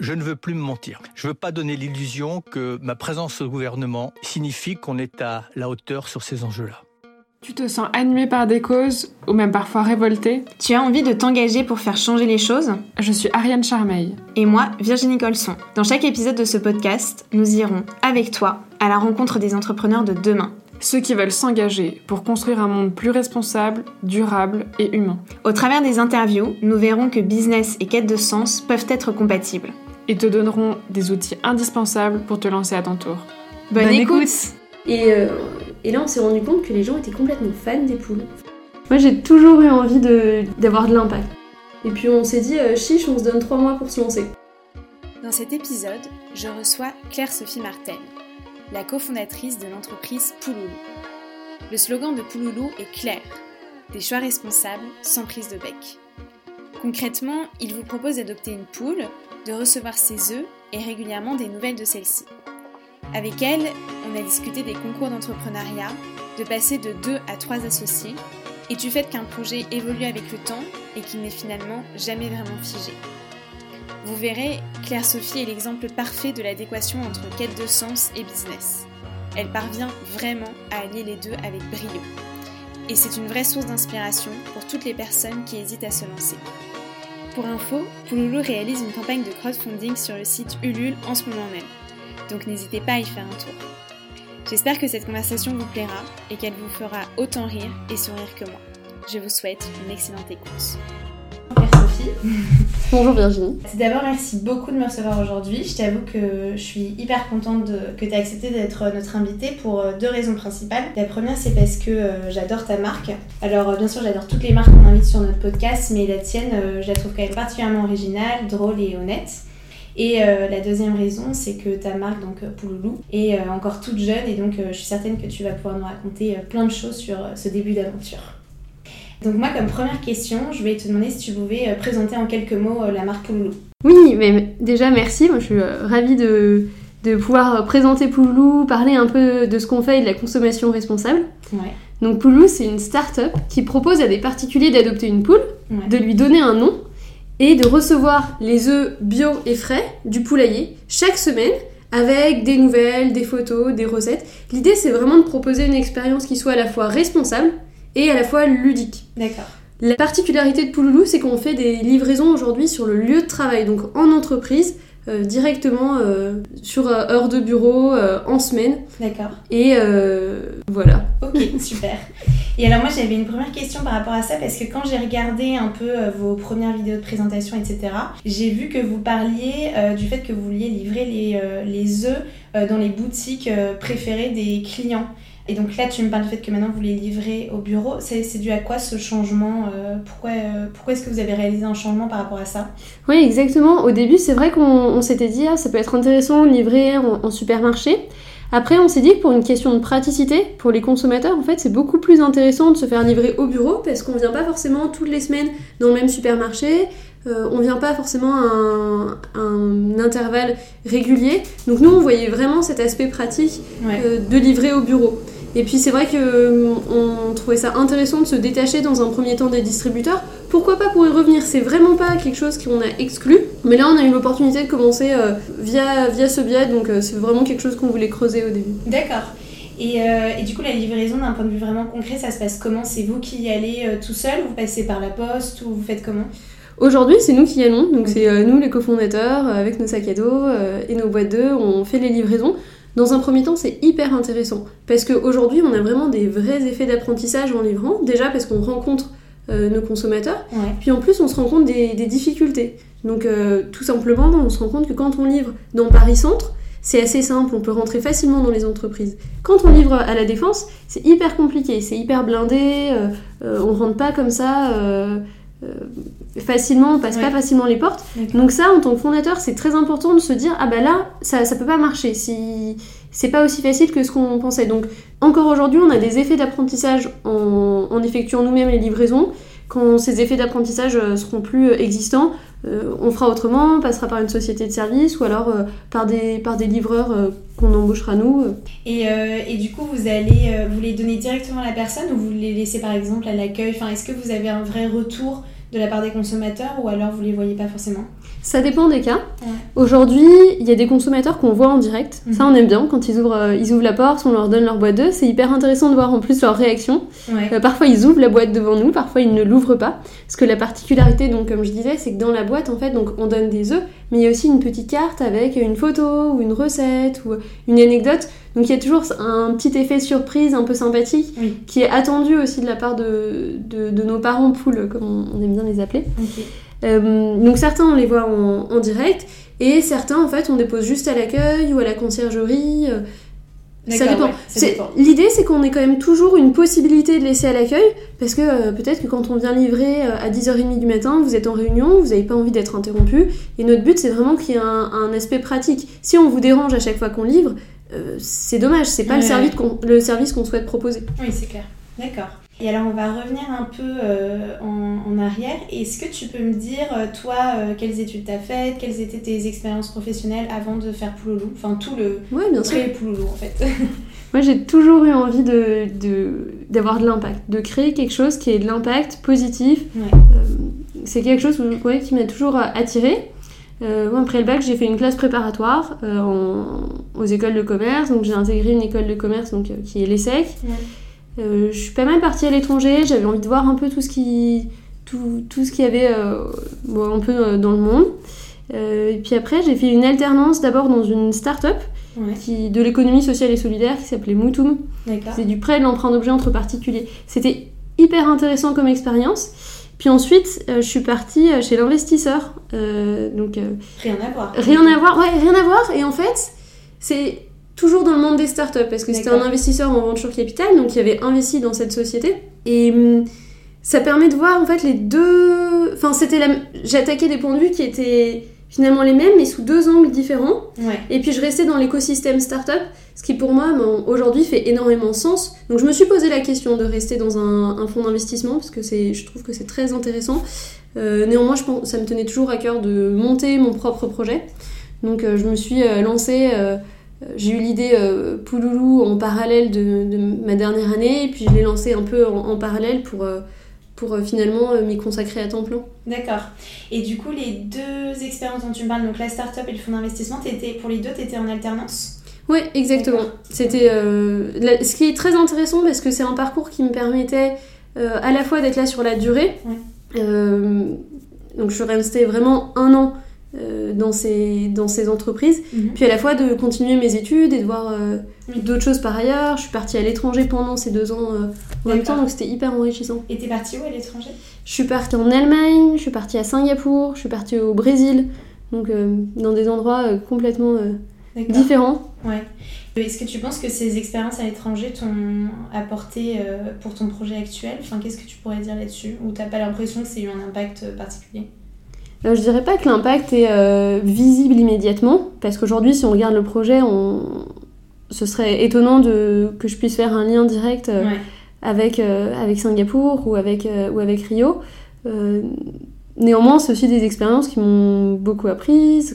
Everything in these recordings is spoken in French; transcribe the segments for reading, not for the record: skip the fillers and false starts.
Je ne veux plus me mentir. Je ne veux pas donner l'illusion que ma présence au gouvernement signifie qu'on est à la hauteur sur ces enjeux-là. Tu te sens animé par des causes, ou même parfois révolté? Tu as envie de t'engager pour faire changer les choses? Je suis Ariane Charmeil. Et moi, Virginie Colson. Dans chaque épisode de ce podcast, nous irons, avec toi, à la rencontre des entrepreneurs de demain. Ceux qui veulent s'engager pour construire un monde plus responsable, durable et humain. Au travers des interviews, nous verrons que business et quête de sens peuvent être compatibles. Et te donneront des outils indispensables pour te lancer à ton tour. Bonne écoute. Et là, on s'est rendu compte que les gens étaient complètement fans des poules. Moi, j'ai toujours eu envie d'avoir de l'impact. Et puis, on s'est dit, chiche, on se donne 3 mois pour se lancer. Dans cet épisode, je reçois Claire-Sophie Martel, la cofondatrice de l'entreprise Pouloulou. Le slogan de Pouloulou est clair, des choix responsables sans prise de bec. Concrètement, il vous propose d'adopter une poule, de recevoir ses œufs et régulièrement des nouvelles de celle-ci. Avec elle, on a discuté des concours d'entrepreneuriat, de passer de 2 à 3 associés, et du fait qu'un projet évolue avec le temps et qu'il n'est finalement jamais vraiment figé. Vous verrez, Claire-Sophie est l'exemple parfait de l'adéquation entre quête de sens et business. Elle parvient vraiment à allier les deux avec brio. Et c'est une vraie source d'inspiration pour toutes les personnes qui hésitent à se lancer. Pour info, Pouloulou réalise une campagne de crowdfunding sur le site Ulule en ce moment même. Donc n'hésitez pas à y faire un tour. J'espère que cette conversation vous plaira et qu'elle vous fera autant rire et sourire que moi. Je vous souhaite une excellente écoute. Claire-Sophie. Bonjour Virginie. D'abord, merci beaucoup de me recevoir aujourd'hui. Je t'avoue que je suis hyper contente que tu aies accepté d'être notre invitée pour 2 raisons principales. La première, c'est parce que j'adore ta marque. Alors, bien sûr, j'adore toutes les marques qu'on invite sur notre podcast, mais la tienne, je la trouve quand même particulièrement originale, drôle et honnête. Et la deuxième raison, c'est que ta marque, donc Pouloulou, est encore toute jeune et donc je suis certaine que tu vas pouvoir nous raconter plein de choses sur ce début d'aventure. Donc moi, comme première question, je vais te demander si tu pouvais présenter en quelques mots la marque Pouloulou. Oui, mais déjà merci, moi je suis ravie de pouvoir présenter Pouloulou, parler un peu de ce qu'on fait et de la consommation responsable. Ouais. Donc Pouloulou, c'est une start-up qui propose à des particuliers d'adopter une poule, de lui donner un nom, et de recevoir les œufs bio et frais du poulailler chaque semaine avec des nouvelles, des photos, des recettes. L'idée, c'est vraiment de proposer une expérience qui soit à la fois responsable et à la fois ludique. D'accord. La particularité de Pouloulou, c'est qu'on fait des livraisons aujourd'hui sur le lieu de travail, donc en entreprise, directement sur heure de bureau, en semaine. D'accord. Et voilà. Ok, super. Et alors moi j'avais une première question par rapport à ça parce que quand j'ai regardé un peu vos premières vidéos de présentation, etc., j'ai vu que vous parliez du fait que vous vouliez livrer les œufs dans les boutiques préférées des clients. Et donc là tu me parles du fait que maintenant vous les livrez au bureau. C'est dû à quoi ce changement? Pourquoi est-ce que vous avez réalisé un changement par rapport à ça? Oui, exactement. Au début c'est vrai qu'on s'était dit ça peut être intéressant de livrer en supermarché. Après, on s'est dit que pour une question de praticité, pour les consommateurs, en fait, c'est beaucoup plus intéressant de se faire livrer au bureau parce qu'on vient pas forcément toutes les semaines dans le même supermarché, on vient pas forcément à un intervalle régulier. Donc nous, on voyait vraiment cet aspect pratique de livrer au bureau. Et puis c'est vrai qu'on trouvait ça intéressant de se détacher dans un premier temps des distributeurs. Pourquoi pas pour y revenir? C'est vraiment pas quelque chose qu'on a exclu. Mais là, on a eu l'opportunité de commencer via ce biais, donc c'est vraiment quelque chose qu'on voulait creuser au début. D'accord. Et du coup, la livraison, d'un point de vue vraiment concret, ça se passe comment? C'est vous qui y allez tout seul? Vous passez par la poste ou vous faites comment? Aujourd'hui, c'est nous qui y allons. Donc c'est nous les cofondateurs, avec nos sacs à dos et nos boîtes d'œufs, on fait les livraisons. Dans un premier temps, c'est hyper intéressant parce qu'aujourd'hui, on a vraiment des vrais effets d'apprentissage en livrant. Déjà parce qu'on rencontre nos consommateurs, puis en plus, on se rend compte des difficultés. Donc tout simplement, on se rend compte que quand on livre dans Paris-Centre, c'est assez simple, on peut rentrer facilement dans les entreprises. Quand on livre à La Défense, c'est hyper compliqué, c'est hyper blindé, on rentre pas comme ça... facilement, on passe pas facilement les portes. D'accord. Donc ça, en tant que fondateur, c'est très important de se dire ah bah là, ça peut pas marcher si c'est pas aussi facile que ce qu'on pensait. Donc encore aujourd'hui, on a des effets d'apprentissage en effectuant nous-mêmes les livraisons. Quand ces effets d'apprentissage seront plus existants, on fera autrement, on passera par une société de service ou alors par des livreurs qu'on embauchera nous. Et du coup, vous allez vous les donner directement à la personne ou vous les laissez par exemple à l'accueil? Enfin, est-ce que vous avez un vrai retour de la part des consommateurs ou alors vous les voyez pas forcément? Ça dépend des cas. Ouais. Aujourd'hui, il y a des consommateurs qu'on voit en direct. Ça, on aime bien. Quand ils ouvrent la porte, on leur donne leur boîte d'œufs. C'est hyper intéressant de voir en plus leur réaction. Ouais. Parfois, ils ouvrent la boîte devant nous. Parfois, ils ne l'ouvrent pas. Parce que la particularité, donc, comme je disais, c'est que dans la boîte, en fait, donc, on donne des œufs. Mais il y a aussi une petite carte avec une photo ou une recette ou une anecdote. Donc, il y a toujours un petit effet surprise un peu sympathique qui est attendu aussi de la part de nos parents poules, comme on aime bien les appeler. Okay. Donc certains on les voit en direct et certains en fait on dépose juste à l'accueil ou à la conciergerie. Ça dépend. Ouais, l'idée c'est qu'on ait quand même toujours une possibilité de laisser à l'accueil parce que peut-être que quand on vient livrer à 10h30 du matin, vous êtes en réunion, vous n'avez pas envie d'être interrompu et notre but c'est vraiment qu'il y ait un aspect pratique. Si on vous dérange à chaque fois qu'on livre, c'est dommage, c'est pas le service qu'on souhaite proposer. Oui, c'est clair. D'accord. Et alors, on va revenir un peu en arrière. Est-ce que tu peux me dire, toi, quelles études t'as faites, quelles étaient tes expériences professionnelles avant de faire Pouloulou ? Enfin, tout le Pouloulou, en fait. Moi, j'ai toujours eu envie d'avoir de l'impact, de créer quelque chose qui ait de l'impact positif. Ouais. C'est quelque chose qui m'a toujours attirée. Moi, après le bac, j'ai fait une classe préparatoire aux écoles de commerce. Donc, j'ai intégré une école de commerce qui est l'ESSEC. Ouais. Je suis pas mal partie à l'étranger, j'avais envie de voir un peu tout ce qu'il y avait un peu dans le monde. Et puis après, j'ai fait une alternance d'abord dans une start-up de l'économie sociale et solidaire qui s'appelait Moutoum. C'est du prêt et de l'emprunt d'objets entre particuliers. C'était hyper intéressant comme expérience. Puis ensuite, je suis partie chez l'investisseur. Rien à voir. Rien à voir. Et en fait, c'est toujours dans le monde des startups, parce que c'était un investisseur en venture capital, donc il avait investi dans cette société. Et ça permet de voir en fait les deux... Enfin, j'attaquais des points de vue qui étaient finalement les mêmes, mais sous deux angles différents. Ouais. Et puis je restais dans l'écosystème startup, ce qui pour moi, aujourd'hui, fait énormément sens. Donc je me suis posé la question de rester dans un fonds d'investissement, parce que je trouve que c'est très intéressant. Néanmoins, ça me tenait toujours à cœur de monter mon propre projet. Donc je me suis lancée... J'ai eu l'idée Pouloulou en parallèle de ma dernière année, et puis je l'ai lancé un peu en parallèle pour finalement m'y consacrer à temps plein. D'accord. Et du coup, les deux expériences dont tu me parles, donc la start-up et le fonds d'investissement, pour les deux, tu étais en alternance ? Oui, exactement. D'accord. C'était ce qui est très intéressant parce que c'est un parcours qui me permettait à la fois d'être là sur la durée. Ouais. Donc je suis restée vraiment 1 an dans ces entreprises, puis à la fois de continuer mes études et de voir d'autres choses par ailleurs. Je suis partie à l'étranger pendant ces 2 ans en même temps, donc c'était hyper enrichissant. Et t'es partie où à l'étranger ? Je suis partie en Allemagne, je suis partie à Singapour, je suis partie au Brésil, donc dans des endroits complètement différents. Ouais. Est-ce que tu penses que ces expériences à l'étranger t'ont apporté pour ton projet actuel ? Enfin, qu'est-ce que tu pourrais dire là-dessus ? Ou t'as pas l'impression que c'est eu un impact particulier ? Je dirais pas que l'impact est visible immédiatement, parce qu'aujourd'hui, si on regarde le projet, ce serait étonnant que je puisse faire un lien direct avec Singapour ou avec Rio. Néanmoins, c'est aussi des expériences qui m'ont beaucoup apprises,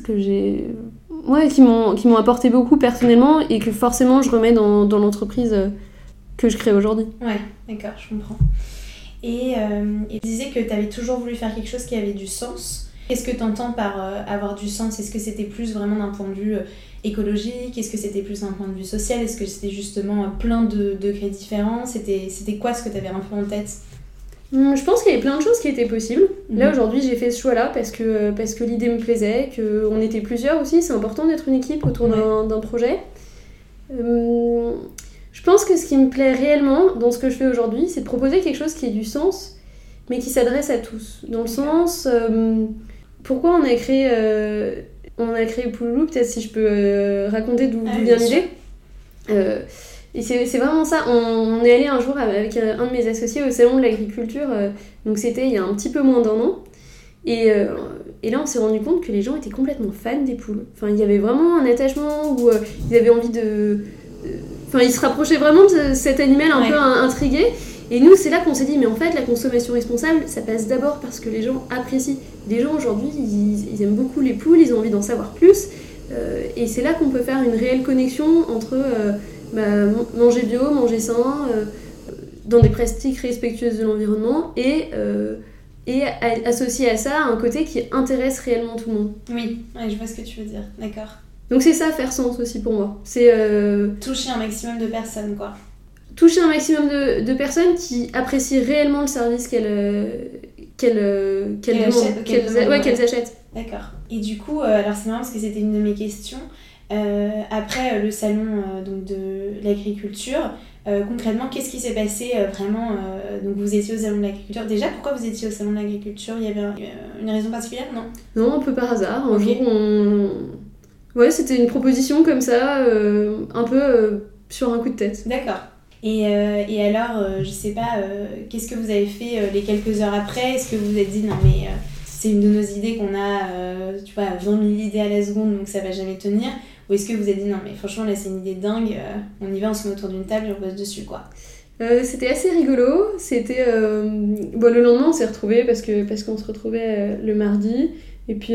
qui m'ont apporté beaucoup personnellement et que forcément je remets dans l'entreprise que je crée aujourd'hui. Ouais, d'accord, je comprends. Et tu disais que tu avais toujours voulu faire quelque chose qui avait du sens. Qu'est-ce que tu entends par avoir du sens ? Est-ce que c'était plus vraiment d'un point de vue écologique ? Est-ce que c'était plus d'un point de vue social ? Est-ce que c'était justement plein de degrés différents ? C'était quoi ce que tu avais un peu en tête ? Je pense qu'il y avait plein de choses qui étaient possibles. Là, aujourd'hui, j'ai fait ce choix-là parce que l'idée me plaisait, qu'on était plusieurs aussi. C'est important d'être une équipe autour d'un projet. Je pense que ce qui me plaît réellement dans ce que je fais aujourd'hui, c'est de proposer quelque chose qui ait du sens, mais qui s'adresse à tous. Dans le sens... pourquoi on a créé Pouloulou, peut-être si je peux raconter d'où vient l'idée. Et c'est vraiment ça. On est allé un jour avec un de mes associés au salon de l'agriculture, donc c'était il y a un petit peu moins d'1 an. Et là, on s'est rendu compte que les gens étaient complètement fans des poules. Enfin, il y avait vraiment un attachement où ils avaient envie Enfin, ils se rapprochaient vraiment de cet animal un peu intrigué. Et nous, c'est là qu'on s'est dit, mais en fait, la consommation responsable, ça passe d'abord parce que les gens apprécient. Les gens, aujourd'hui, ils aiment beaucoup les poules, ils ont envie d'en savoir plus. Et c'est là qu'on peut faire une réelle connexion entre manger bio, manger sain, dans des pratiques respectueuses de l'environnement, et et associé à ça un côté qui intéresse réellement tout le monde. Oui, ouais, je vois ce que tu veux dire, d'accord. Donc c'est ça, faire sens aussi pour moi. C'est toucher un maximum de personnes, quoi. Toucher un maximum de personnes qui apprécient réellement le service qu'elles demandent, qu'elles achètent. D'accord. Et du coup, alors c'est marrant parce que c'était une de mes questions. Après le salon donc de l'agriculture, concrètement, qu'est-ce qui s'est passé vraiment donc vous étiez au salon de l'agriculture. Déjà, pourquoi vous étiez au salon de l'agriculture? Il y avait une raison particulière, non? Non, un peu par hasard. Un jour, ouais, c'était une proposition comme ça, un peu sur un coup de tête. D'accord. Et alors, je sais pas, qu'est-ce que vous avez fait les quelques heures après? Est-ce que vous vous êtes dit, non mais c'est une de nos idées qu'on a, tu vois, 20 000 idées à la seconde, donc ça va jamais tenir? Ou est-ce que vous vous êtes dit, non mais franchement là c'est une idée dingue, on y va, on se met autour d'une table et on bosse dessus, quoi? C'était assez rigolo. C'était le lendemain on s'est retrouvés parce qu'on se retrouvait le mardi et puis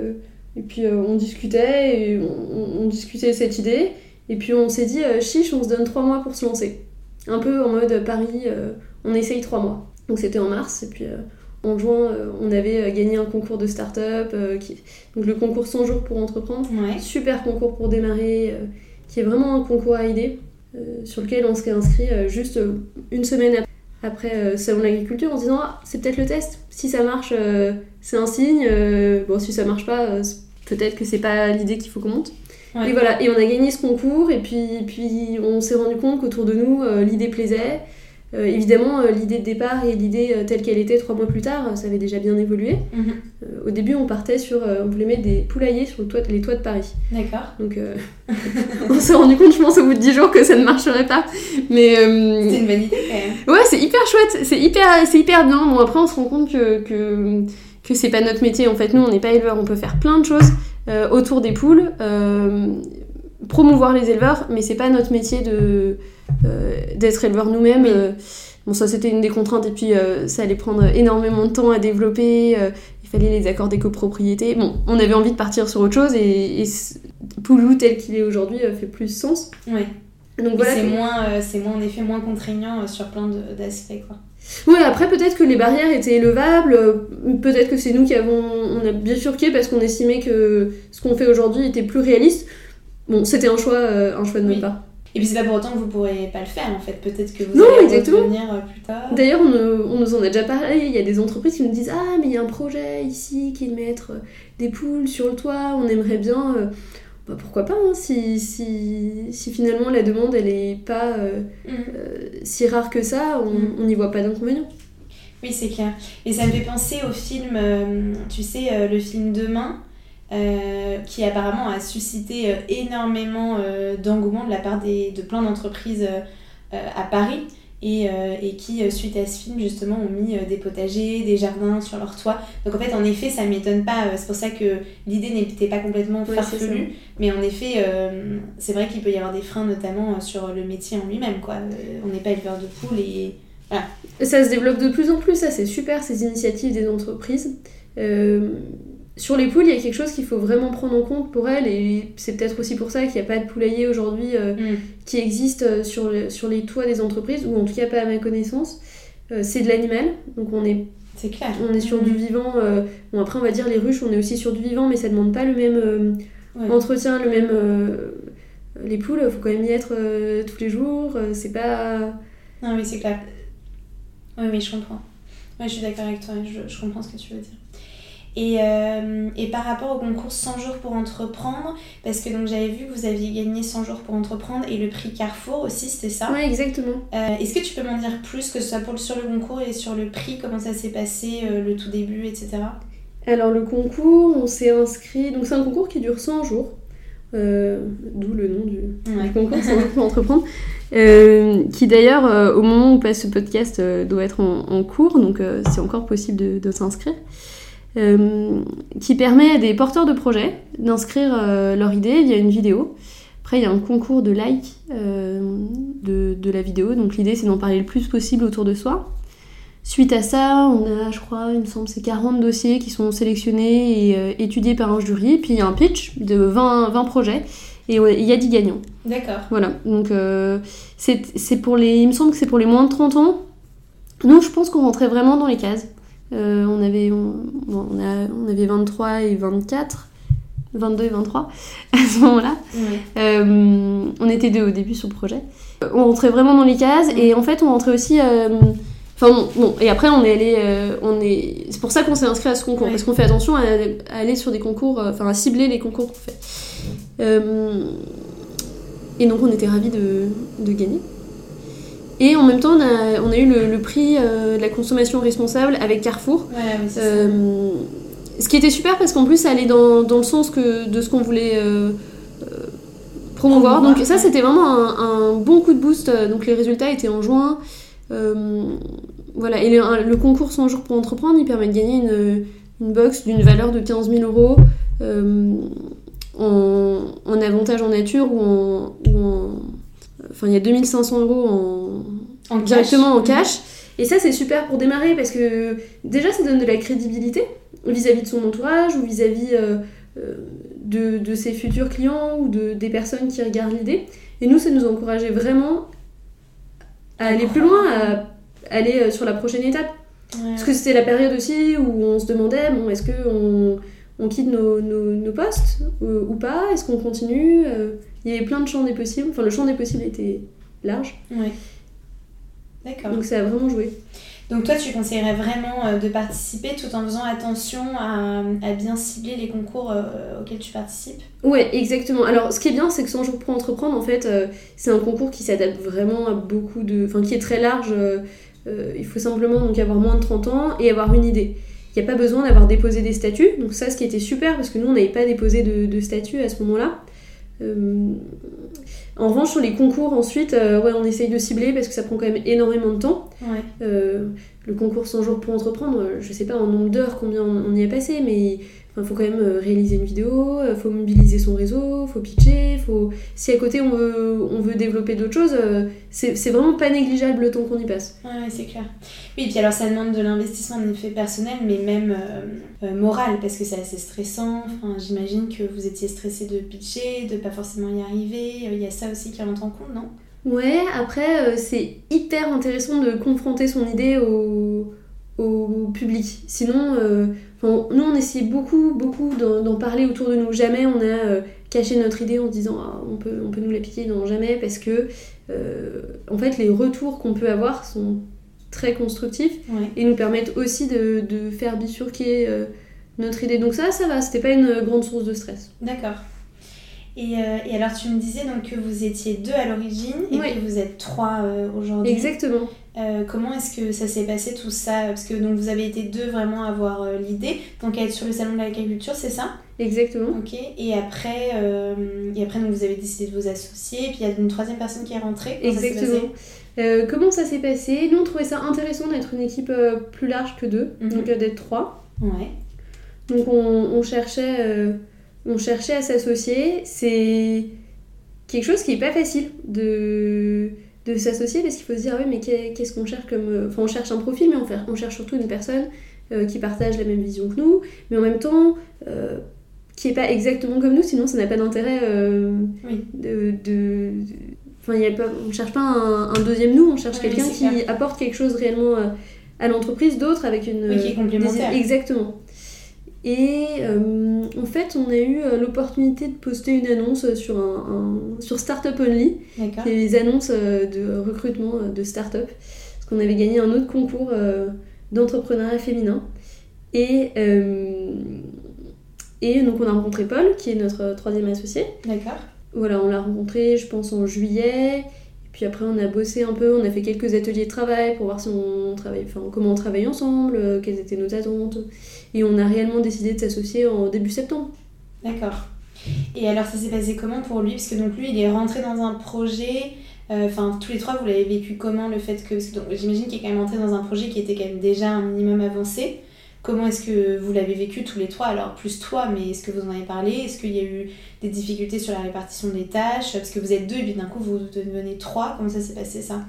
on discutait et on discutait de cette idée et puis on s'est dit chiche, on se donne 3 mois pour se lancer, un peu en mode Paris, on essaye 3 mois. Donc c'était en mars et puis en juin on avait gagné un concours de start-up donc le concours 100 jours pour entreprendre. Ouais. Super concours pour démarrer qui est vraiment un concours à idées. Sur lequel on s'est inscrit juste une semaine après Salon de l'agriculture en se disant c'est peut-être le test, si ça marche c'est un signe, si ça marche pas peut-être que c'est pas l'idée qu'il faut qu'on monte. Ouais. Et voilà, et on a gagné ce concours et puis on s'est rendu compte qu'autour de nous l'idée plaisait. Évidemment l'idée de départ et l'idée telle qu'elle était 3 mois plus tard, ça avait déjà bien évolué. Au début on partait on voulait mettre des poulaillers sur les toits de Paris. D'accord. Donc on s'est rendu compte, je pense au bout de 10 jours, que ça ne marcherait pas. Mais c'est une bonne idée quand même. Ouais, c'est hyper chouette, c'est hyper bien. Bon, après on se rend compte que c'est pas notre métier en fait. Nous on n'est pas éleveurs, on peut faire plein de choses autour des poules, promouvoir les éleveurs, mais c'est pas notre métier d'être éleveur nous-mêmes. Oui. Bon, ça c'était une des contraintes et puis ça allait prendre énormément de temps à développer. Il fallait les accords d'écopropriété. Bon, on avait envie de partir sur autre chose et Pouloulou tel qu'il est aujourd'hui fait plus sens. Ouais. Donc voilà. C'est moins en effet moins contraignant sur plein d'aspects, quoi. Ouais, après peut-être que les barrières étaient élevables, peut-être que c'est nous on a bifurqué parce qu'on estimait que ce qu'on fait aujourd'hui était plus réaliste. Bon, c'était un choix de notre part. Et puis c'est pas pour autant que vous pourrez pas le faire en fait, peut-être que vous allez revenir plus tard. D'ailleurs on nous en a déjà parlé, il y a des entreprises qui nous disent mais il y a un projet ici qui est de mettre des poules sur le toit, on aimerait bien, pourquoi pas hein, si finalement la demande elle est pas si rare que ça, on n'y voit pas d'inconvénient. Oui c'est clair, et ça me fait penser au film, tu sais le film Demain, qui apparemment a suscité énormément d'engouement de la part de plein d'entreprises à Paris et qui suite à ce film justement ont mis des potagers, des jardins sur leur toit. Donc en fait en effet ça m'étonne pas, c'est pour ça que l'idée n'était pas complètement farfelue, mais en effet c'est vrai qu'il peut y avoir des freins notamment sur le métier en lui-même, quoi. On n'est pas éleveur de poules et voilà. Ça se développe de plus en plus, ça c'est super, ces initiatives des entreprises. Sur les poules, il y a quelque chose qu'il faut vraiment prendre en compte pour elles, et c'est peut-être aussi pour ça qu'il n'y a pas de poulailler aujourd'hui qui existe sur les toits des entreprises, ou en tout cas pas à ma connaissance. C'est de l'animal, donc c'est clair. On est sur du vivant. Bon, après, on va dire les ruches, on est aussi sur du vivant, mais ça ne demande pas le même entretien, le même... les poules, il faut quand même y être tous les jours, c'est pas... Non, oui, c'est clair. Oui, je comprends. Ouais, je suis d'accord avec toi, je comprends ce que tu veux dire. Et par rapport au concours 100 jours pour entreprendre, parce que donc j'avais vu que vous aviez gagné 100 jours pour entreprendre et le prix Carrefour aussi, c'était ça? Ouais, exactement. Est-ce que tu peux m'en dire plus, que ce soit sur le concours et sur le prix, comment ça s'est passé, le tout début, etc. Alors le concours, on s'est inscrit, donc c'est un concours qui dure 100 jours, d'où le nom du concours 100 jours pour entreprendre, qui d'ailleurs au moment où passe ce podcast doit être en cours, donc c'est encore possible de s'inscrire. Qui permet à des porteurs de projets d'inscrire leur idée via une vidéo. Après, il y a un concours de likes de la vidéo, donc l'idée c'est d'en parler le plus possible autour de soi. Suite à ça, on a, je crois, il me semble, c'est 40 dossiers qui sont sélectionnés et étudiés par un jury, puis il y a un pitch de 20 projets, et il y a 10 gagnants. D'accord. Voilà, donc c'est pour il me semble que c'est pour les moins de 30 ans. Nous, je pense qu'on rentrait vraiment dans les cases. On avait 23 et 24, 22 et 23 à ce moment-là. On était 2 au début sur le projet. On rentrait vraiment dans les cases et en fait on rentrait aussi... et après on est allé... C'est pour ça qu'on s'est inscrit à ce concours, parce qu'on fait attention à aller sur des concours, à cibler les concours qu'on fait. Et donc on était ravis de gagner. Et en même temps, on a eu le prix de la consommation responsable avec Carrefour. Ce qui était super parce qu'en plus, ça allait dans le sens de ce qu'on voulait promouvoir. Donc ça, c'était vraiment un bon coup de boost. Donc les résultats étaient en juin. Voilà. Et le concours 100 jours pour entreprendre, il permet de gagner une box d'une valeur de 15 000 € en avantage en nature ou il y a 2 500 € directement en cash. Et ça, c'est super pour démarrer parce que déjà, ça donne de la crédibilité vis-à-vis de son entourage ou vis-à-vis de ses futurs clients ou des personnes qui regardent l'idée. Et nous, ça nous encourageait vraiment à aller plus loin, à aller sur la prochaine étape. Parce que c'était la période aussi où on se demandait, est-ce qu'on quitte nos postes ou pas? Est-ce qu'on continue? Il y avait plein de champs des possibles. Le champ des possibles était large. Ouais. D'accord. Donc ça a vraiment joué. Donc toi, tu conseillerais vraiment de participer tout en faisant attention à bien cibler les concours auxquels tu participes? Ouais, exactement. Alors ce qui est bien, c'est que 100 jours pour entreprendre, en fait, c'est un concours qui s'adapte vraiment à beaucoup qui est très large. Il faut simplement donc avoir moins de 30 ans et avoir une idée. Il n'y a pas besoin d'avoir déposé des statuts. Donc ça, ce qui était super, parce que nous, on n'avait pas déposé de statut à ce moment-là. En revanche, sur les concours, ensuite, on essaye de cibler parce que ça prend quand même énormément de temps. Le concours 100 jours pour entreprendre, je sais pas en nombre d'heures combien on y a passé, mais il faut quand même réaliser une vidéo, il faut mobiliser son réseau, il faut pitcher, si à côté on veut développer d'autres choses, c'est vraiment pas négligeable le temps qu'on y passe. Ouais, c'est clair. Oui, et puis alors ça demande de l'investissement en effet personnel, mais même moral, parce que c'est assez stressant. J'imagine que vous étiez stressé de pitcher, de pas forcément y arriver. Il y a ça aussi qui rentre en compte, non? Ouais, après c'est hyper intéressant de confronter son idée au public. Sinon, nous on essayait beaucoup d'en parler autour de nous. Jamais on a caché notre idée en se disant on peut nous la piquer, non, jamais, parce que en fait les retours qu'on peut avoir sont très constructifs et nous permettent aussi de faire bifurquer notre idée. Donc ça va, c'était pas une grande source de stress. D'accord. Et alors tu me disais donc que vous étiez 2 à l'origine et que vous êtes 3 aujourd'hui. Exactement. Comment est-ce que ça s'est passé tout ça? Parce que donc, vous avez été 2 vraiment à avoir l'idée, donc à être sur le salon de l'agriculture, c'est ça? Exactement. Ok. Et après donc, vous avez décidé de vous associer, et puis il y a une 3e personne qui est rentrée. Exactement. Comment ça s'est passé? Nous on trouvait ça intéressant d'être une équipe plus large que 2, donc d'être 3. Ouais. Donc on cherchait à s'associer. C'est quelque chose qui est pas facile de s'associer parce qu'il faut se dire mais qu'est-ce qu'on cherche comme... on cherche un profil, mais on cherche surtout une personne qui partage la même vision que nous, mais en même temps qui est pas exactement comme nous, sinon ça n'a pas d'intérêt on cherche pas un deuxième nous, on cherche quelqu'un qui apporte quelque chose réellement à l'entreprise, d'autre avec une... qui est complémentaire. Exactement. Et en fait, on a eu l'opportunité de poster une annonce sur Startup Only, qui est les annonces de recrutement de start-up, parce qu'on avait gagné un autre concours d'entrepreneuriat féminin. Et donc on a rencontré Paul, qui est notre 3e associé. D'accord. Voilà, on l'a rencontré, je pense, en juillet. Puis après, on a bossé un peu, on a fait quelques ateliers de travail pour voir si comment on travaille ensemble, quelles étaient nos attentes. Et on a réellement décidé de s'associer en début septembre. D'accord. Et alors, ça s'est passé comment pour lui? Parce que donc lui, il est rentré dans un projet... tous les 3, vous l'avez vécu comment, le fait que... Parce que donc, j'imagine qu'il est quand même rentré dans un projet qui était quand même déjà un minimum avancé. Comment est-ce que vous l'avez vécu tous les 3? Alors, plus toi, mais est-ce que vous en avez parlé? Est-ce qu'il y a eu des difficultés sur la répartition des tâches? Parce que vous êtes 2 et puis d'un coup, vous devenez 3. Comment ça s'est passé, ça?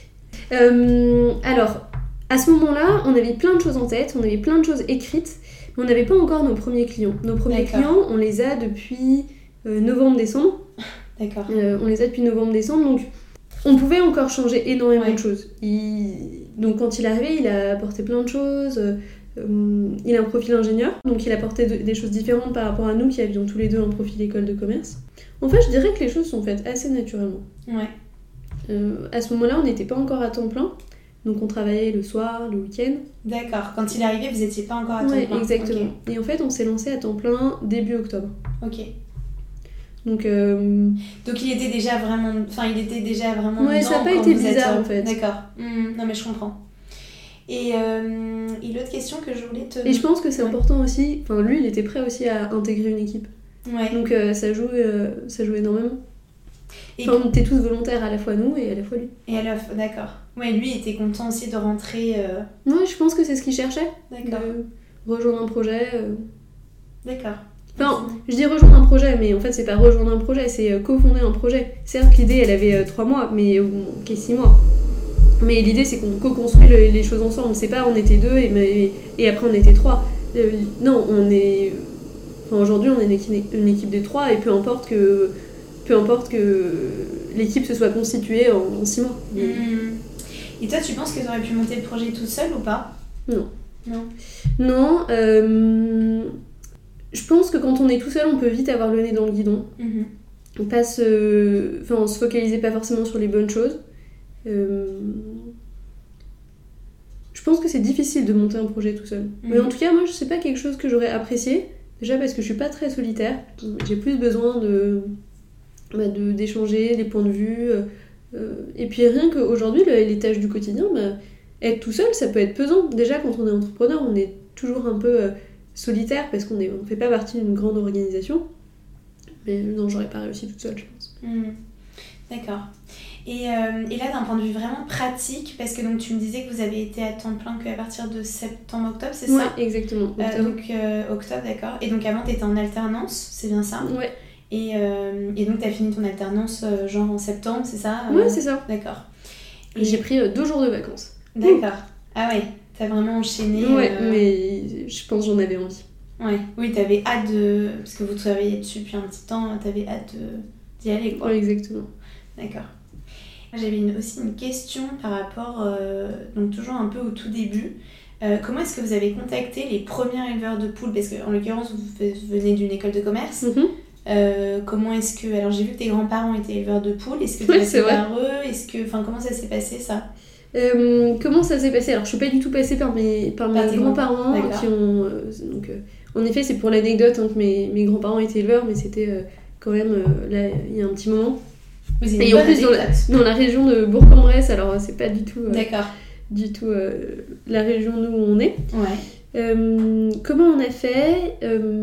Alors, à ce moment-là, on avait plein de choses en tête, on avait plein de choses écrites, mais on n'avait pas encore nos premiers clients. Nos premiers clients, on les a depuis novembre-décembre. D'accord. On les a depuis novembre-décembre, donc on pouvait encore changer énormément de choses. Donc quand il est arrivé, il a apporté plein de choses, il a un profil ingénieur, donc il apportait des choses différentes par rapport à nous qui avions tous les deux un profil école de commerce. En fait, je dirais que les choses sont faites assez naturellement. Ouais. À ce moment-là, on n'était pas encore à temps plein, donc on travaillait le soir, le week-end. D'accord. Quand il est arrivé, vous n'étiez pas encore à temps plein. Exactement. Okay. Et en fait, on s'est lancé à temps plein début octobre. Ok. Donc il était déjà vraiment... Enfin, il était déjà vraiment... Ouais, ça n'a pas été bizarre, en fait. D'accord. Non, mais je comprends. Et l'autre question que je voulais te... Et je pense que c'est important aussi... Enfin, lui, il était prêt aussi à intégrer une équipe. Ouais. Donc ça joue énormément. Enfin, on était tous volontaires, à la fois nous et à la fois lui. Et à la fois... D'accord. Ouais, lui était content aussi de rentrer... Ouais, je pense que c'est ce qu'il cherchait. D'accord. De rejoindre un projet. D'accord. Enfin, je dis rejoindre un projet, mais en fait, c'est pas rejoindre un projet, c'est cofonder un projet. Certes, l'idée, elle avait 3 mois, mais 6 mois. Mais l'idée, c'est qu'on co-construit les choses ensemble. C'est pas on était 2 et après on était 3. Non, on est... Enfin, aujourd'hui, on est une équipe de 3 et peu importe que l'équipe se soit constituée en 6 mois. Et toi, tu penses que tu aurais pu monter le projet toute seule ou pas ? Non. Non, je pense que quand on est tout seul, on peut vite avoir le nez dans le guidon. On se focalisait pas forcément sur les bonnes choses. Je pense que c'est difficile de monter un projet tout seul. Mais en tout cas, moi, c'est pas quelque chose que j'aurais apprécié. Déjà parce que je suis pas très solitaire. J'ai plus besoin d'échanger des points de vue. Et puis rien qu'aujourd'hui, les tâches du quotidien, être tout seul, ça peut être pesant. Déjà, quand on est entrepreneur, on est toujours un peu solitaire parce qu'on fait pas partie d'une grande organisation. Mais non, j'aurais pas réussi toute seule, je pense. D'accord. Et là, d'un point de vue vraiment pratique, parce que donc, tu me disais que vous avez été à temps plein qu'à partir de septembre-octobre, c'est ça ? Ouais, exactement. Octobre, d'accord. Et donc avant, tu étais en alternance, c'est bien ça ? Ouais. Et donc, tu as fini ton alternance genre en septembre, c'est ça ? Ouais, c'est ça. D'accord. Et j'ai pris 2 jours de vacances. D'accord. Ah ouais, t'as vraiment enchaîné. Ouais, mais je pense que j'en avais envie. Ouais, oui, t'avais hâte de... Parce que vous travaillez dessus depuis un petit temps, t'avais hâte d'y aller, quoi. Ouais, exactement. D'accord. J'avais aussi une question par rapport, donc toujours un peu au tout début. Comment est-ce que vous avez contacté les premiers éleveurs de poules ? Parce qu'en l'occurrence, vous venez d'une école de commerce. Comment est-ce que... Alors, j'ai vu que tes grands-parents étaient éleveurs de poules. Est-ce que tu passé par eux ? Enfin, comment ça s'est passé, ça ? Comment ça s'est passé ? Alors, je suis pas du tout passée par mes grands-parents qui ont... en effet, c'est pour l'anecdote que mes grands-parents étaient éleveurs, mais c'était quand même là, il y a un petit moment. Et en plus, dans la région de Bourg-en-Bresse, alors c'est pas du tout... D'accord. Du tout la région où on est. Ouais. Comment on a fait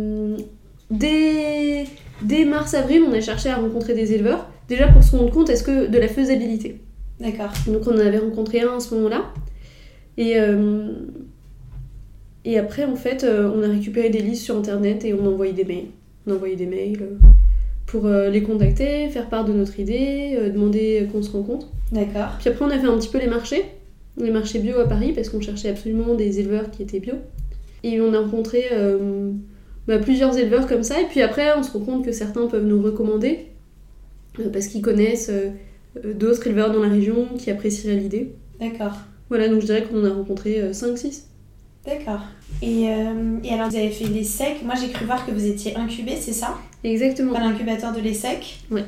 dès mars-avril, on a cherché à rencontrer des éleveurs, déjà pour se rendre compte de la faisabilité. D'accord. Donc on en avait rencontré un à ce moment-là. Et après, en fait, on a récupéré des listes sur Internet et on a envoyé des mails. Pour les contacter, faire part de notre idée, demander qu'on se rencontre. D'accord. Puis après, on a fait un petit peu les marchés bio à Paris, parce qu'on cherchait absolument des éleveurs qui étaient bio. Et on a rencontré plusieurs éleveurs comme ça, et puis après, on se rend compte que certains peuvent nous recommander, parce qu'ils connaissent d'autres éleveurs dans la région qui apprécieraient l'idée. D'accord. Voilà, donc je dirais qu'on en a rencontré 5-6. D'accord. Et alors, vous avez fait l'ESSEC. Moi, j'ai cru voir que vous étiez incubé, c'est ça ? Exactement. Par l'incubateur de l'ESSEC. Ouais.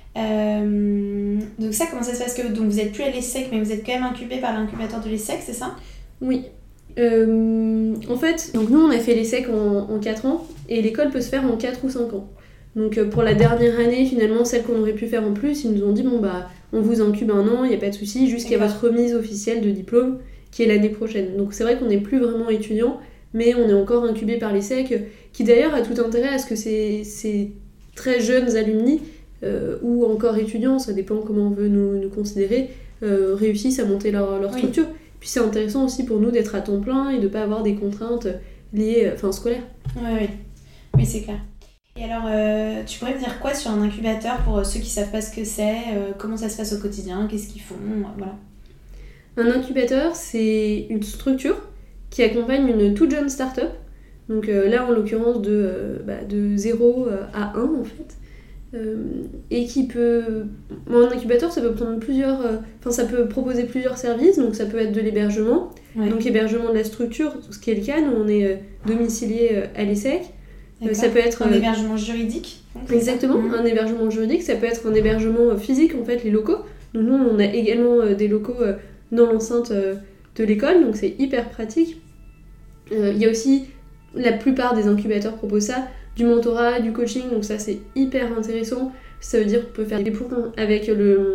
Donc ça, comment ça se passe ? Donc vous n'êtes plus à l'ESSEC, mais vous êtes quand même incubé par l'incubateur de l'ESSEC, c'est ça ? Oui. En fait, donc nous, on a fait l'ESSEC en 4 ans, et l'école peut se faire en 4 ou 5 ans. Donc pour la dernière année, finalement, celle qu'on aurait pu faire en plus, ils nous ont dit, on vous incube 1 an, il n'y a pas de souci, jusqu'à votre remise officielle de diplôme, qui est l'année prochaine. Donc c'est vrai qu'on n'est plus vraiment étudiant, mais on est encore incubé par l'ESSEC, qui d'ailleurs a tout intérêt à ce que ces très jeunes alumni, ou encore étudiants, ça dépend comment on veut nous considérer, réussissent à monter leur structure. Puis c'est intéressant aussi pour nous d'être à temps plein et de ne pas avoir des contraintes liées, scolaires. Oui, c'est clair. Et alors, tu pourrais me dire quoi sur un incubateur pour ceux qui ne savent pas ce que c'est, comment ça se passe au quotidien, qu'est-ce qu'ils font, voilà. Un incubateur, c'est une structure qui accompagne une toute jeune start-up. Donc là, en l'occurrence, de 0 à 1, en fait. et qui peut... Un incubateur, ça peut prendre ça peut proposer plusieurs services, donc ça peut être de l'hébergement, donc hébergement de la structure, ce qui est le cas, nous on est domiciliés à l'ESSEC. Ça peut être un hébergement juridique. Exactement, un hébergement juridique, ça peut être un hébergement physique, en fait, les locaux. Donc nous, on a également des locaux dans l'enceinte de l'école, donc c'est hyper pratique. Il y a aussi, la plupart des incubateurs proposent ça, du mentorat, du coaching, donc ça c'est hyper intéressant. Ça veut dire qu'on peut faire des points avec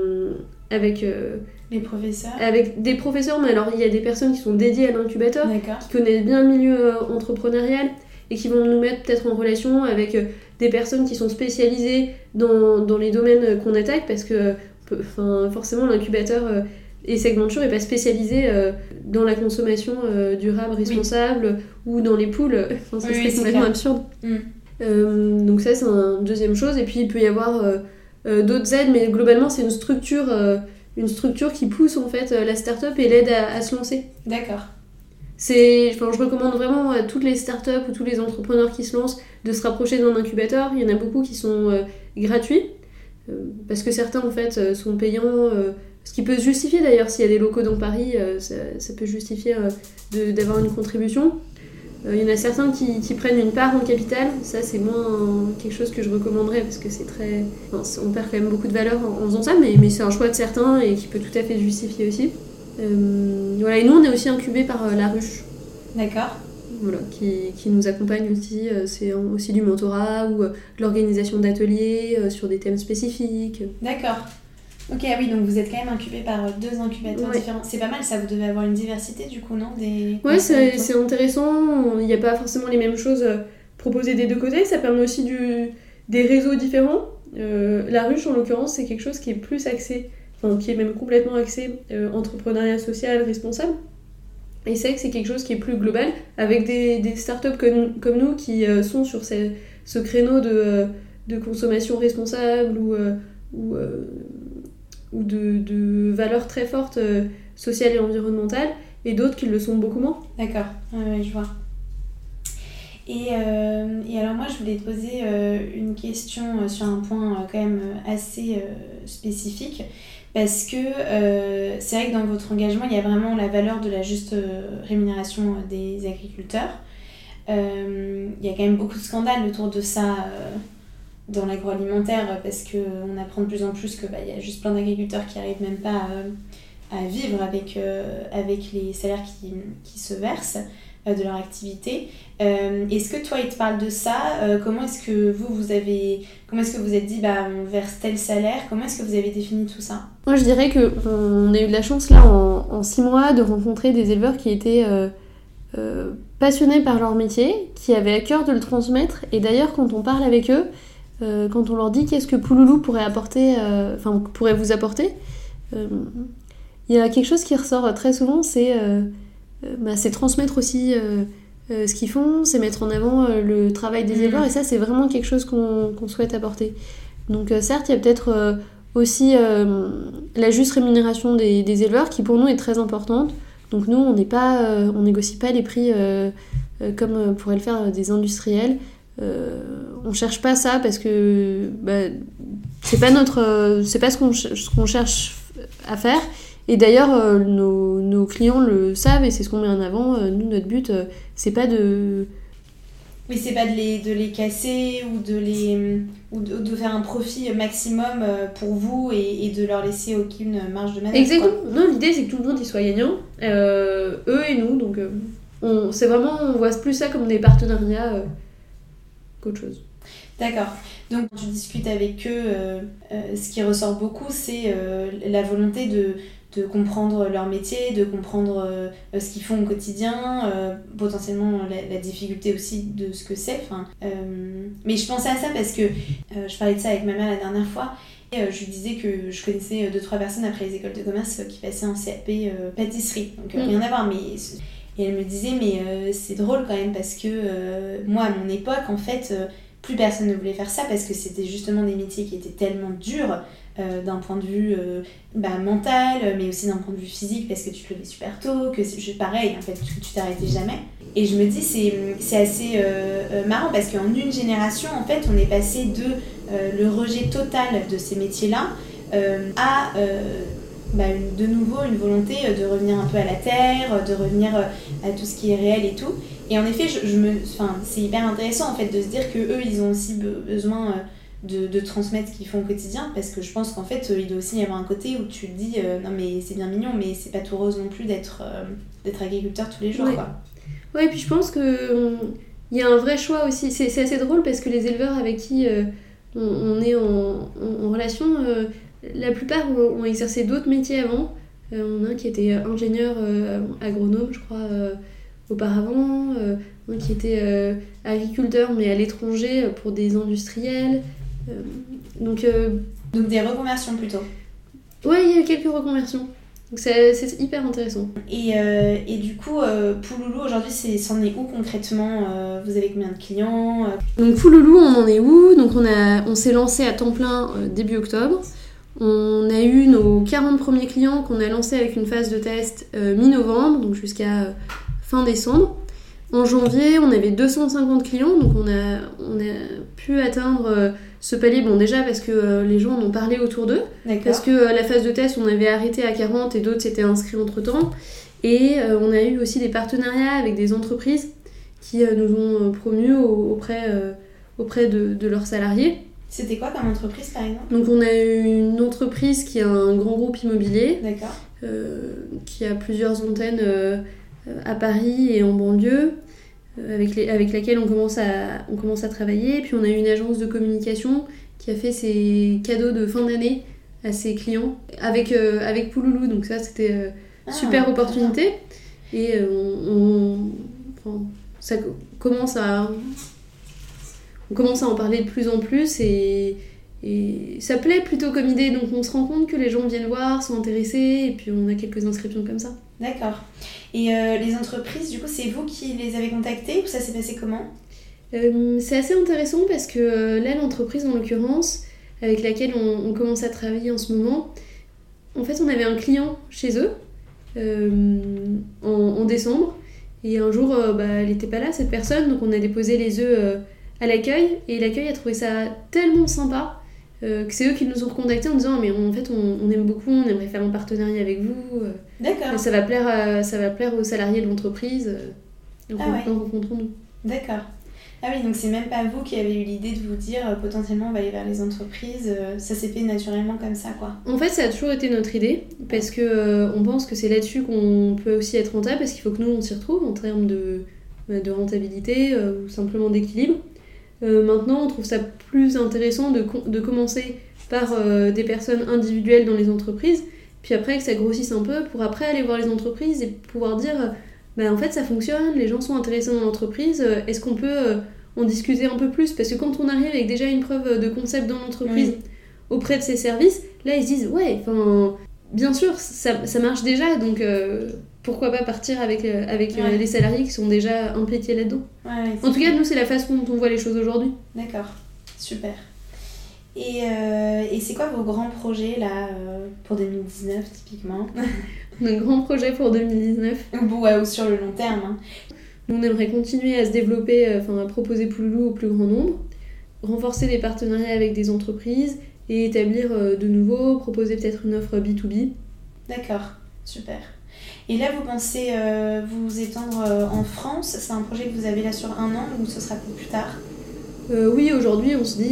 les professeurs. Avec des professeurs, mais alors il y a des personnes qui sont dédiées à l'incubateur, qui connaissent bien le milieu entrepreneurial et qui vont nous mettre peut-être en relation avec des personnes qui sont spécialisées dans les domaines qu'on attaque, parce que forcément l'incubateur ESSEC Venture n'est pas spécialisé dans la consommation durable, responsable, ou dans les poules, ça serait complètement absurde. Donc ça c'est une deuxième chose, et puis il peut y avoir d'autres aides, mais globalement c'est une structure qui pousse en fait la start-up et l'aide à se lancer. D'accord. Je recommande vraiment à toutes les startups ou tous les entrepreneurs qui se lancent de se rapprocher d'un incubateur. Il y en a beaucoup qui sont gratuits, parce que certains en fait sont payants, ce qui peut se justifier d'ailleurs. S'il y a des locaux dans Paris, ça peut justifier d'avoir une contribution. Il y en a certains qui prennent une part en capital. Ça c'est moins quelque chose que je recommanderais, parce que c'est très... on perd quand même beaucoup de valeur en faisant ça, mais c'est un choix de certains et qui peut tout à fait se justifier aussi. Et nous on est aussi incubés par La Ruche. D'accord. Voilà, qui nous accompagne aussi. C'est aussi du mentorat ou de l'organisation d'ateliers sur des thèmes spécifiques. D'accord. Ok, oui, donc vous êtes quand même incubés par 2 incubateurs différents. C'est pas mal, ça, vous devez avoir une diversité du coup, non? Ouais, c'est intéressant. Il n'y a pas forcément les mêmes choses proposées des deux côtés. Ça permet aussi des réseaux différents. La Ruche, en l'occurrence, c'est quelque chose qui est plus axé, qui est même complètement axé entrepreneuriat social responsable. Et c'est que c'est quelque chose qui est plus global, avec des startups comme nous qui sont sur ce créneau de consommation responsable ou de valeurs très fortes sociales et environnementales, et d'autres qui le sont beaucoup moins. D'accord, ouais, je vois. Et alors moi je voulais te poser une question sur un point quand même assez spécifique, parce que c'est vrai que dans votre engagement il y a vraiment la valeur de la juste rémunération des agriculteurs. Il y a quand même beaucoup de scandales autour de ça dans l'agroalimentaire, parce qu'on apprend de plus en plus qu'il y a juste plein d'agriculteurs qui n'arrivent même pas à vivre avec les salaires qui se versent de leur activité. Est-ce que toi il te parle de ça? Comment est-ce que vous êtes dit on verse tel salaire? Comment est-ce que vous avez défini tout ça? Moi je dirais qu'on a eu de la chance là en 6 mois de rencontrer des éleveurs qui étaient passionnés par leur métier, qui avaient à cœur de le transmettre, et d'ailleurs quand on parle avec eux, quand on leur dit qu'est-ce que Pouloulou pourrait vous apporter, il y a quelque chose qui ressort très souvent, c'est transmettre aussi ce qu'ils font, c'est mettre en avant le travail des éleveurs, et ça c'est vraiment quelque chose qu'on souhaite apporter. Donc certes il y a peut-être aussi la juste rémunération des éleveurs qui pour nous est très importante. Donc nous on négocie pas les prix comme pourraient le faire des industriels. On cherche pas ça parce que c'est pas ce qu'on cherche à faire, et d'ailleurs nos clients le savent et c'est ce qu'on met en avant. Nous notre but c'est pas de... Oui, c'est pas de les casser ou de faire un profit maximum pour vous et de leur laisser aucune marge de manœuvre. Exactement. Non, l'idée c'est que tout le monde y soit gagnant, eux et nous, donc on voit plus ça comme des partenariats qu'autre chose. D'accord. Donc tu discutes avec eux, ce qui ressort beaucoup, c'est la volonté de comprendre leur métier, de comprendre ce qu'ils font au quotidien, potentiellement la difficulté aussi de ce que c'est. Mais je pensais à ça parce que je parlais de ça avec ma mère la dernière fois, et je lui disais que je connaissais 2-3 personnes après les écoles de commerce qui passaient un CAP pâtisserie, donc rien à voir, mais... Et elle me disait, mais c'est drôle quand même, parce que moi, à mon époque, en fait, plus personne ne voulait faire ça, parce que c'était justement des métiers qui étaient tellement durs, d'un point de vue mental, mais aussi d'un point de vue physique, parce que tu te levais super tôt, que c'est pareil, en fait, que tu t'arrêtais jamais. Et je me dis, c'est assez marrant, parce qu'en une génération, en fait, on est passé de le rejet total de ces métiers-là à de nouveau une volonté de revenir un peu à la terre, de revenir à tout ce qui est réel et tout. Et en effet, c'est hyper intéressant en fait de se dire qu'eux, ils ont aussi besoin de transmettre ce qu'ils font au quotidien, parce que je pense qu'en fait, il doit aussi y avoir un côté où tu te dis non mais c'est bien mignon, mais c'est pas tout rose non plus d'être agriculteur tous les jours, quoi. Ouais, et puis je pense que il y a un vrai choix aussi. C'est assez drôle parce que les éleveurs avec qui on est en relation, la plupart ont exercé d'autres métiers avant. On a un qui était ingénieur agronome, je crois, auparavant, un qui était agriculteur mais à l'étranger pour des industriels. Donc des reconversions plutôt. Ouais, il y a eu quelques reconversions. Donc c'est hyper intéressant. Et du coup, Pouloulou, aujourd'hui, c'en est où concrètement ? Vous avez combien de clients ? Donc Pouloulou, on en est où ? Donc on s'est lancé à temps plein début octobre. On a eu nos 40 premiers clients qu'on a lancés avec une phase de test mi-novembre, donc jusqu'à fin décembre. En janvier, on avait 250 clients, donc on a pu atteindre ce palier, bon déjà parce que les gens en ont parlé autour d'eux, D'accord. parce que la phase de test, on avait arrêté à 40 et d'autres s'étaient inscrits entre-temps, et on a eu aussi des partenariats avec des entreprises qui nous ont promus auprès de leurs salariés. C'était quoi comme entreprise par exemple ? Donc on a eu une entreprise qui a un grand groupe immobilier, D'accord. qui a plusieurs antennes à Paris et en banlieue, avec laquelle on commence à travailler. Et puis on a eu une agence de communication qui a fait ses cadeaux de fin d'année à ses clients avec Pouloulou. Donc ça c'était super opportunité. Et ça commence à... On commence à en parler de plus en plus et ça plaît plutôt comme idée. Donc on se rend compte que les gens viennent voir, sont intéressés et puis on a quelques inscriptions comme ça. D'accord. Et les entreprises, du coup, c'est vous qui les avez contactées ou ça s'est passé comment ? C'est assez intéressant parce que là, l'entreprise en l'occurrence, avec laquelle on commence à travailler en ce moment, en fait, on avait un client chez eux en décembre et un jour, elle n'était pas là, cette personne, donc on a déposé les œufs à l'accueil et l'accueil a trouvé ça tellement sympa que c'est eux qui nous ont recontactés en disant mais en fait on aime beaucoup, on aimerait faire un partenariat avec vous. D'accord. Ça va plaire aux salariés de l'entreprise. Donc rencontrons-nous. D'accord. Ah oui, donc c'est même pas vous qui avez eu l'idée de vous dire potentiellement on va aller vers les entreprises, ça s'est fait naturellement comme ça quoi. En fait ça a toujours été notre idée parce que on pense que c'est là-dessus qu'on peut aussi être rentable parce qu'il faut que nous on s'y retrouve en termes de rentabilité ou simplement d'équilibre. Maintenant, on trouve ça plus intéressant de commencer par des personnes individuelles dans les entreprises, puis après que ça grossisse un peu, pour après aller voir les entreprises et pouvoir dire en fait ça fonctionne, les gens sont intéressés dans l'entreprise, est-ce qu'on peut en discuter un peu plus ? Parce que quand on arrive avec déjà une preuve de concept dans l'entreprise auprès de ces services, là ils se disent bien sûr ça marche déjà, donc pourquoi pas partir avec les salariés qui sont déjà impliqués là-dedans. En tout cas, nous, c'est la façon dont on voit les choses aujourd'hui. D'accord, super. Et c'est quoi vos grands projets, là, pour 2019, typiquement ? Nos grands projets pour 2019 ou sur le long terme. Hein. Nous, on aimerait continuer à se développer, à proposer Pouloulou au plus grand nombre, renforcer les partenariats avec des entreprises et établir de nouveau, proposer peut-être une offre B2B. D'accord, super. Et là, vous pensez vous étendre en France ? C'est un projet que vous avez là sur 1 an ou ce sera pour plus tard ? Oui, aujourd'hui, on se dit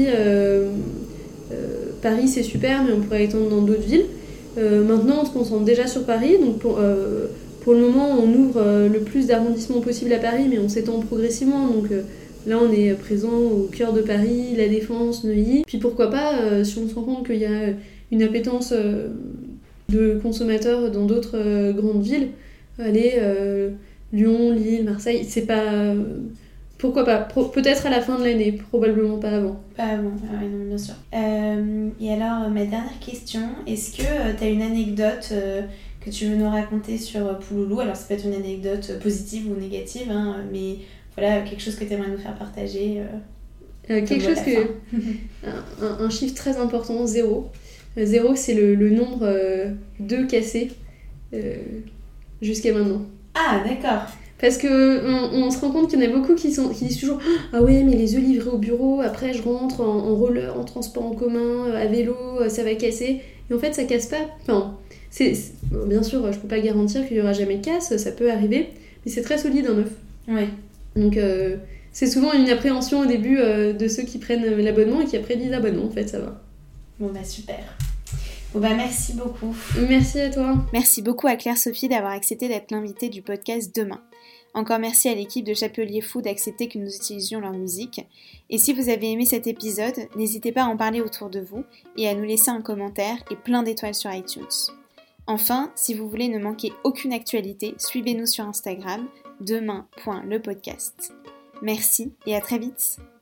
Paris, c'est super, mais on pourrait étendre dans d'autres villes. Maintenant, on se concentre déjà sur Paris. Donc pour le moment, on ouvre le plus d'arrondissements possible à Paris, mais on s'étend progressivement. Donc là, on est présent au cœur de Paris, La Défense, Neuilly. Puis pourquoi pas, si on se rend compte qu'il y a une appétence... de consommateurs dans d'autres grandes villes, aller Lyon, Lille, Marseille, c'est pas... Pourquoi pas ? Peut-être à la fin de l'année, probablement pas avant. Pas avant, non, bien sûr. Et alors, ma dernière question, est-ce que tu as une anecdote que tu veux nous raconter sur Pouloulou ? Alors, ça peut être une anecdote positive ou négative, hein, mais voilà, quelque chose que tu aimerais nous faire partager. Un chiffre très important, 0. 0, c'est le nombre 2 cassé jusqu'à maintenant. Ah, d'accord. Parce que on se rend compte qu'il y en a beaucoup qui disent toujours « Ah ouais, mais les œufs livrés au bureau, après je rentre en roller, en transport en commun, à vélo, ça va casser. » Et en fait, ça casse pas. Enfin, bien sûr, je peux pas garantir qu'il y aura jamais de casse, ça peut arriver, mais c'est très solide un œuf. Ouais. Donc c'est souvent une appréhension au début de ceux qui prennent l'abonnement et qui après disent « Ah bah non, en fait, ça va. » Bon bah super. Bon bah merci beaucoup. Merci à toi. Merci beaucoup à Claire-Sophie d'avoir accepté d'être l'invitée du podcast Demain. Encore merci à l'équipe de Chapelier Fou d'accepter que nous utilisions leur musique. Et si vous avez aimé cet épisode, n'hésitez pas à en parler autour de vous et à nous laisser un commentaire et plein d'étoiles sur iTunes. Enfin, si vous voulez ne manquer aucune actualité, suivez-nous sur Instagram, demain.lepodcast. Merci et à très vite.